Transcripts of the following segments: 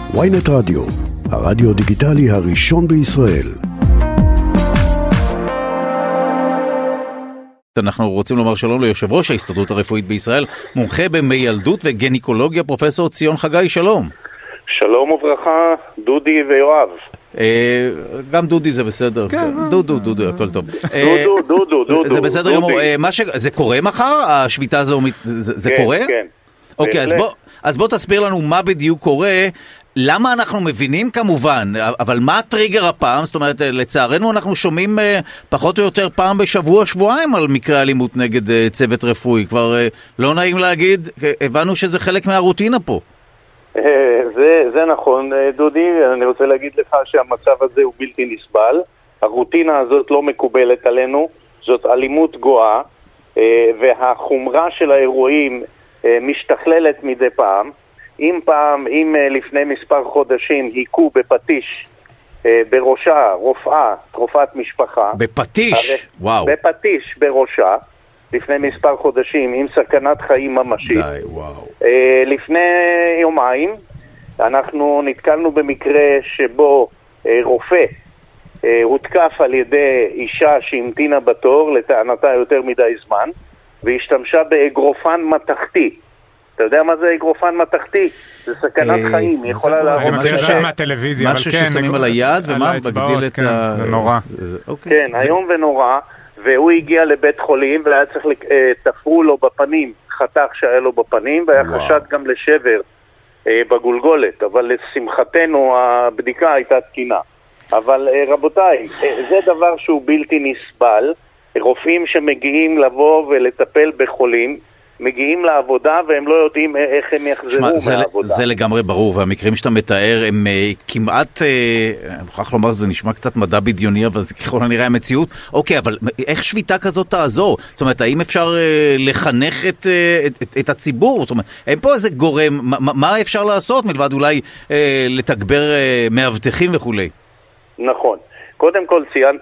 ynet רדיו, הרדיו דיגיטלי הראשון בישראל. אנחנו רוצים לומר שלום ליושב ראש ההסתדרות הרפואית בישראל, מומחה במיילדות וגניקולוגיה, פרופסור ציון חגי. שלום. שלום וברכה, דודי ויואב. גם דודי זה בסדר. דודו, הכל טוב. דודו. זה בסדר גמור. זה קורה מחר? השביתה הזו, זה קורה? כן. אוקיי, אז בוא תסביר לנו מה בדיוק קורה. למה אנחנו מבינים כמובן, אבל מה הטריגר הפעם? זאת אומרת, לצערנו אנחנו שומעים פחות או יותר פעם בשבוע, שבועיים על מקרה אלימות נגד צוות רפואי. כבר לא נעים להגיד, הבנו שזה חלק מהרוטינה פה. זה נכון, דודי. אני רוצה להגיד לך שהמצב הזה הוא בלתי נסבל. הרוטינה הזאת לא מקובלת עלינו. זאת אלימות גואה, והחומרה של האירועים משתכללת מדי פעם. אם לפני מספר חודשים היכו בפטיש בראשה רופאת משפחה. בפטיש? וואו. בפטיש בראשה, לפני מספר חודשים, עם סכנת חיים ממשית. די, וואו. לפני יומיים אנחנו נתקלנו במקרה שבו רופא הותקף על ידי אישה שהמתינה בתור, לטענתה יותר מדי זמן, והשתמשה באגרופן מתכתי. אתה יודע מה זה אגרופן מתכתי? זה סכנת חיים, היא יכולה לעבוד. זה מכיר מהטלוויזיה, אבל כן. משהו ששמים על היד, ומה? מגדיל את ה... זה נורא. כן, היום ונורא, והוא הגיע לבית חולים, והיה צריך, תפרו לו בפנים, חתך שהיה לו בפנים, והיה חשד גם לשבר בגולגולת, אבל לשמחתנו הבדיקה הייתה תקינה. אבל רבותיי, זה דבר שהוא בלתי נסבל. רופאים שמגיעים לבוא ולטפל בחולים, מגיעים לעבודה והם לא יודעים איך הם יחזרו מהעבודה. זה לגמרי ברור, והמקרים שאתה מתאר הם כמעט, אני מוכרח לומר, זה נשמע קצת מדע בדיוני, אבל זה ככל הנראה המציאות. אוקיי, אבל איך שביתה כזאת תעזור? זאת אומרת, האם אפשר לחנך את הציבור? זאת אומרת, אין פה איזה גורם, מה אפשר לעשות מלבד אולי לתגבר מאבטחים וכולי? נכון. קודם כל ציינת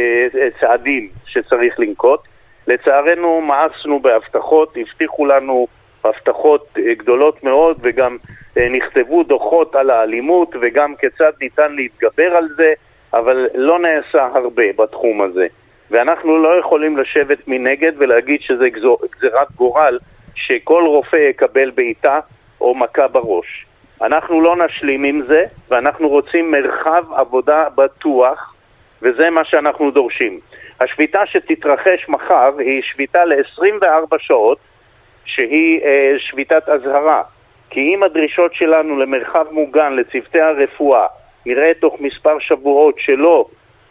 צעדים שצריך לנקוט. לצערנו מאסנו בהבטחות, הבטיחו לנו הבטחות גדולות מאוד, וגם נכתבו דוחות על האלימות וגם כיצד ניתן להתגבר על זה, אבל לא נעשה הרבה בתחום הזה. ואנחנו לא יכולים לשבת מנגד ולהגיד שזה גזירת גורל שכל רופא יקבל בעיטה או מכה בראש. אנחנו לא נשלים עם זה, ואנחנו רוצים מרחב עבודה בטוח, וזה מה שאנחנו דורשים. השביתה שתתרחש מחר היא שביתה ל-24 שעות, שהיא שביתת הזהרה. כי אם הדרישות שלנו למרחב מוגן לצוותי הרפואה נראה תוך מספר שבועות שלא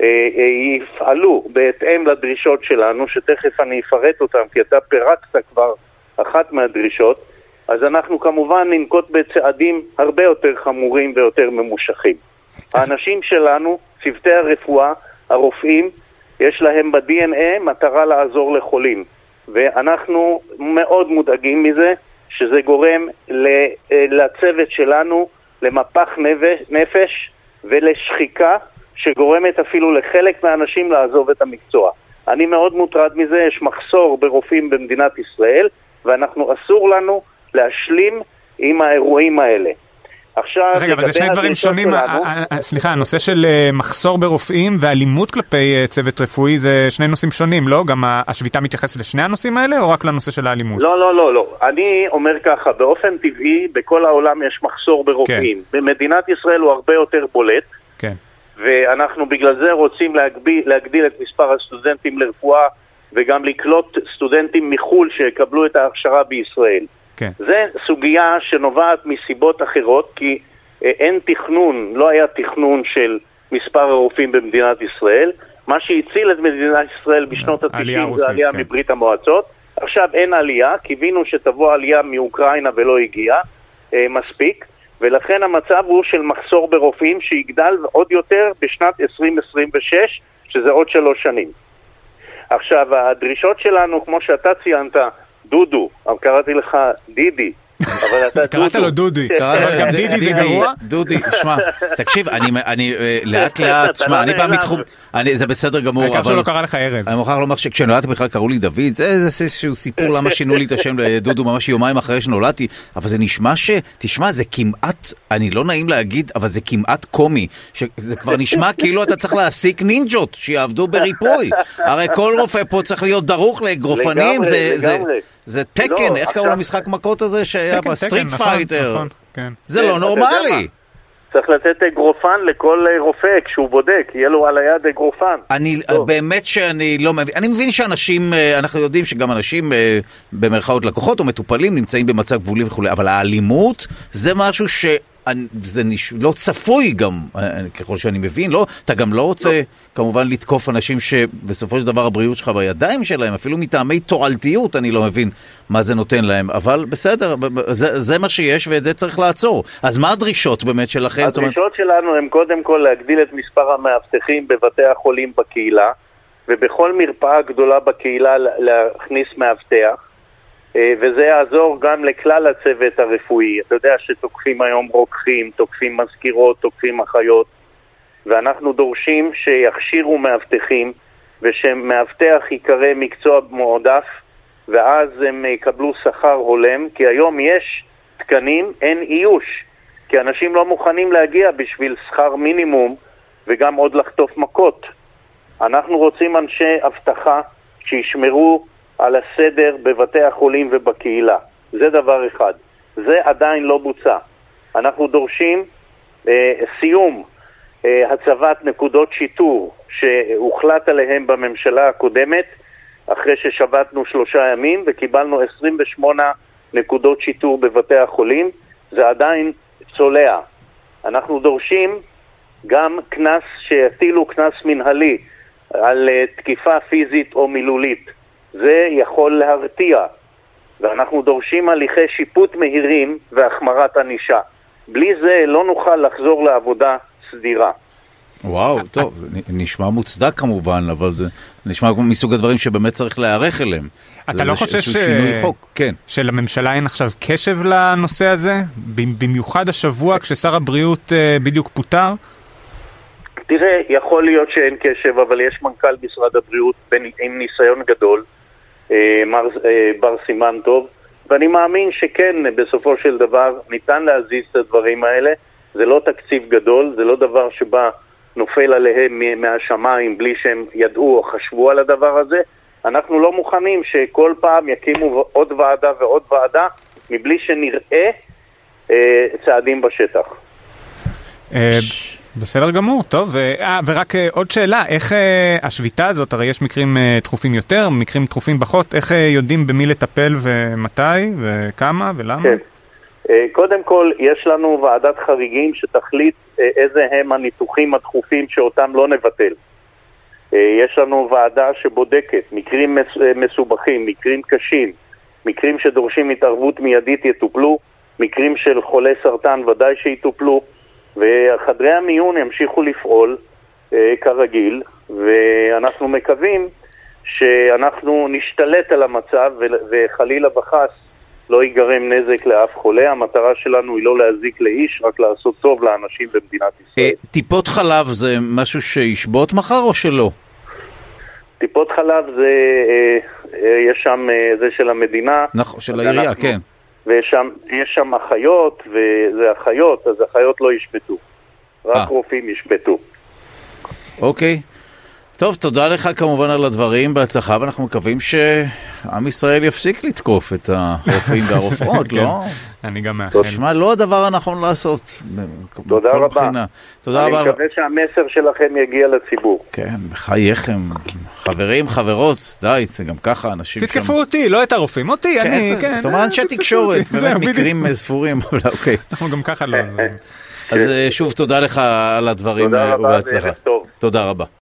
יפעלו בהתאם לדרישות שלנו, שתכף אני אפרט אותם כי אתה פירקת כבר אחת מהדרישות, אז אנחנו כמובן ננקוט בצעדים הרבה יותר חמורים ויותר ממושכים. האנשים שלנו, צוותי הרפואה, הרופאים, יש להם ב-DNA מטרה לעזור לחולים, ואנחנו מאוד מודאגים מזה שזה גורם לצוות שלנו למפח נפש ולשחיקה שגורמת אפילו לחלק מהאנשים לעזוב את המקצוע. אני מאוד מוטרד מזה, יש מחסור ברופאים במדינת ישראל, ואנחנו אסור לנו להשלים עם האירועים האלה. רגע, אבל זה שני דברים שונים. סליחה, הנושא של מחסור ברופאים ואלימות כלפי צוות רפואי זה שני נושאים שונים, לא? גם השביתה מתייחסת לשני הנושאים האלה או רק לנושא של האלימות? לא. אני אומר ככה, באופן טבעי בכל העולם יש מחסור ברופאים. במדינת ישראל הוא הרבה יותר בולט. כן. ואנחנו בגלל זה רוצים להגדיל את מספר הסטודנטים לרפואה וגם לקלוט סטודנטים מחול שיקבלו את ההכשרה בישראל. כן. זה סוגיה שנובעת מסיבות אחרות, כי אין תכנון, לא היה תכנון של מספר הרופאים במדינת ישראל. מה שהציל את מדינת ישראל בשנות ה-90 זה עלייה מברית המועצות. עכשיו אין עלייה, קיווינו שתבוא עלייה מאוקראינה ולא הגיעה מספיק, ולכן המצב הוא של מחסור ברופאים שיגדל עוד יותר בשנת 2026, שזה עוד 3 שנים. עכשיו, הדרישות שלנו, כמו שאתה ציינת, דודו, קראתי לך דידי, קראת לו דודי, גם דידי זה גרוע? דודי, שמע, תקשיב, אני לאט לאט, שמע, אני בא מתחום, זה בסדר גמור, העיקר שלא קרא לך ארז. אני מוכרח לומר שכשנולדתי בכלל קראו לי דוד, זה איזשהו סיפור למה שינו לי את השם לדודו ממש יומיים אחרי שנולדתי, אבל זה נשמע תשמע, זה כמעט, אני לא נעים להגיד, אבל זה כמעט קומי, זה כבר נשמע כאילו אתה צריך להעסיק נינג'ות שיעבדו בריפוי, הרי כל רופא פה צריך להיות דרוך לאגרופנים, זה תקן, איך קראו למשחק מכות הזה שהיה בסטריט פייטר, זה לא נורמלי. צריך לתת אגרופן לכל רופא כשהוא בודק, יהיה לו על היד אגרופן. באמת שאני לא מבין, אני מבין שאנשים, אנחנו יודעים שגם אנשים במרכאות לקוחות או מטופלים נמצאים במצב גבולי וכו', אבל האלימות זה משהו זה לא צפוי גם, ככל שאני מבין, לא, אתה גם לא רוצה כמובן לתקוף אנשים שבסופו של דבר הבריאות שלך בידיים שלהם, אפילו מטעמי תועלתיות, אני לא מבין מה זה נותן להם, אבל בסדר, זה מה שיש ואת זה צריך לעצור. אז מה הדרישות באמת שלכם? הדרישות שלנו הם קודם כל להגדיל את מספר המאבטחים בבתי החולים בקהילה, ובכל מרפאה גדולה בקהילה להכניס מאבטח, וזה יעזור גם לכלל הצוות הרפואי. אתה יודע שתוקפים היום רוקחים, תוקפים מזכירות, תוקפים אחיות, ואנחנו דורשים שיכשירו מאבטחים, ושמאבטח יקרא מקצוע מועדף, ואז הם יקבלו שכר הולם, כי היום יש תקנים, אין איוש, כי אנשים לא מוכנים להגיע בשביל שכר מינימום, וגם עוד לחטוף מכות. אנחנו רוצים אנשי אבטחה שישמרו על הסדר בבתי החולים ובקהילה. זה דבר אחד. זה עדיין לא בוצע. אנחנו דורשים סיום הצבת נקודות שיטור שהוחלט עליהם בממשלה הקודמת, אחרי ששבתנו 3 ימים וקיבלנו 28 נקודות שיטור בבתי החולים. זה עדיין צולע. אנחנו דורשים גם כנס שיטילו כנס מנהלי על תקיפה פיזית או מילולית. זה יכול להרתיע, ואנחנו דורשים הליכי שיפוט מהירים והחמרת ענישה. בלי זה לא נוכל לחזור לעבודה סדירה. וואו, טוב, זה נשמע מוצדק כמובן, אבל זה נשמע מסוג הדברים שבאמת צריך להיערך אליהם. אתה לא חושב שלממשלה אין עכשיו קשב לנושא הזה? במיוחד השבוע כששר הבריאות בדיוק פוטר? תראה, יכול להיות שאין קשב, אבל יש מנכ"ל משרד הבריאות עם ניסיון גדול, בר סימן טוב, ואני מאמין שכן, בסופו של דבר ניתן להזיז את הדברים האלה. זה לא תקציב גדול, זה לא דבר שבא נופל עליהם מהשמיים בלי שהם ידעו או חשבו על הדבר הזה. אנחנו לא מוכנים שכל פעם יקימו עוד ועדה ועוד ועדה מבלי שנראה צעדים בשטח. בסדר גמור, טוב, ורק עוד שאלה, איך השביתה הזאת, הרי יש מקרים דחופים יותר, מקרים דחופים פחות, איך יודעים במי לטפל ומתי וכמה ולמה? כן. קודם כל, יש לנו ועדת חריגים שתחליט איזה הם הניתוחים הדחופים שאותם לא נבטל. יש לנו ועדה שבודקת מקרים מסובכים, מקרים קשים, מקרים שדורשים התערבות מיידית יטופלו, מקרים של חולי סרטן ודאי שיטופלו, וחדרי המיון ימשיכו לפעול כרגיל, ואנחנו מקווים שאנחנו נשתלט על המצב וחלילה וחס לא ייגרם נזק לאף חולה. המטרה שלנו היא לא להזיק לאיש, רק לעשות טוב לאנשים במדינת ישראל. טיפות חלב זה משהו שישבות מחר או שלא? טיפות חלב זה, יש שם, זה של המדינה. נכון, של העירייה, כן. ויש שם אחיות, וזה אחיות, אז אחיות לא ישבטו. רק רופאים ישבטו. אוקיי. טוב, תודה לך כמובן על הדברים, בהצלחה, ואנחנו מקווים שעם ישראל יפסיק לתקוף את הרופאים והרופאות, לא? אני גם מאחל. תשמע, לא הדבר הנכון לעשות. תודה רבה. תודה רבה. אני מקווה שהמסר שלכם יגיע לציבור. כן, בחייכם. חברים, חברות, די, זה גם ככה אנשים... תתקפו אותי, לא את הרופאים, אותי, אני, כן. זאת אומרת אנשי תקשורת, באמת מקרים ספורים, אבל אוקיי. אנחנו גם ככה לא... אז שוב תודה לך על הדברים ובהצלחה. תודה רבה.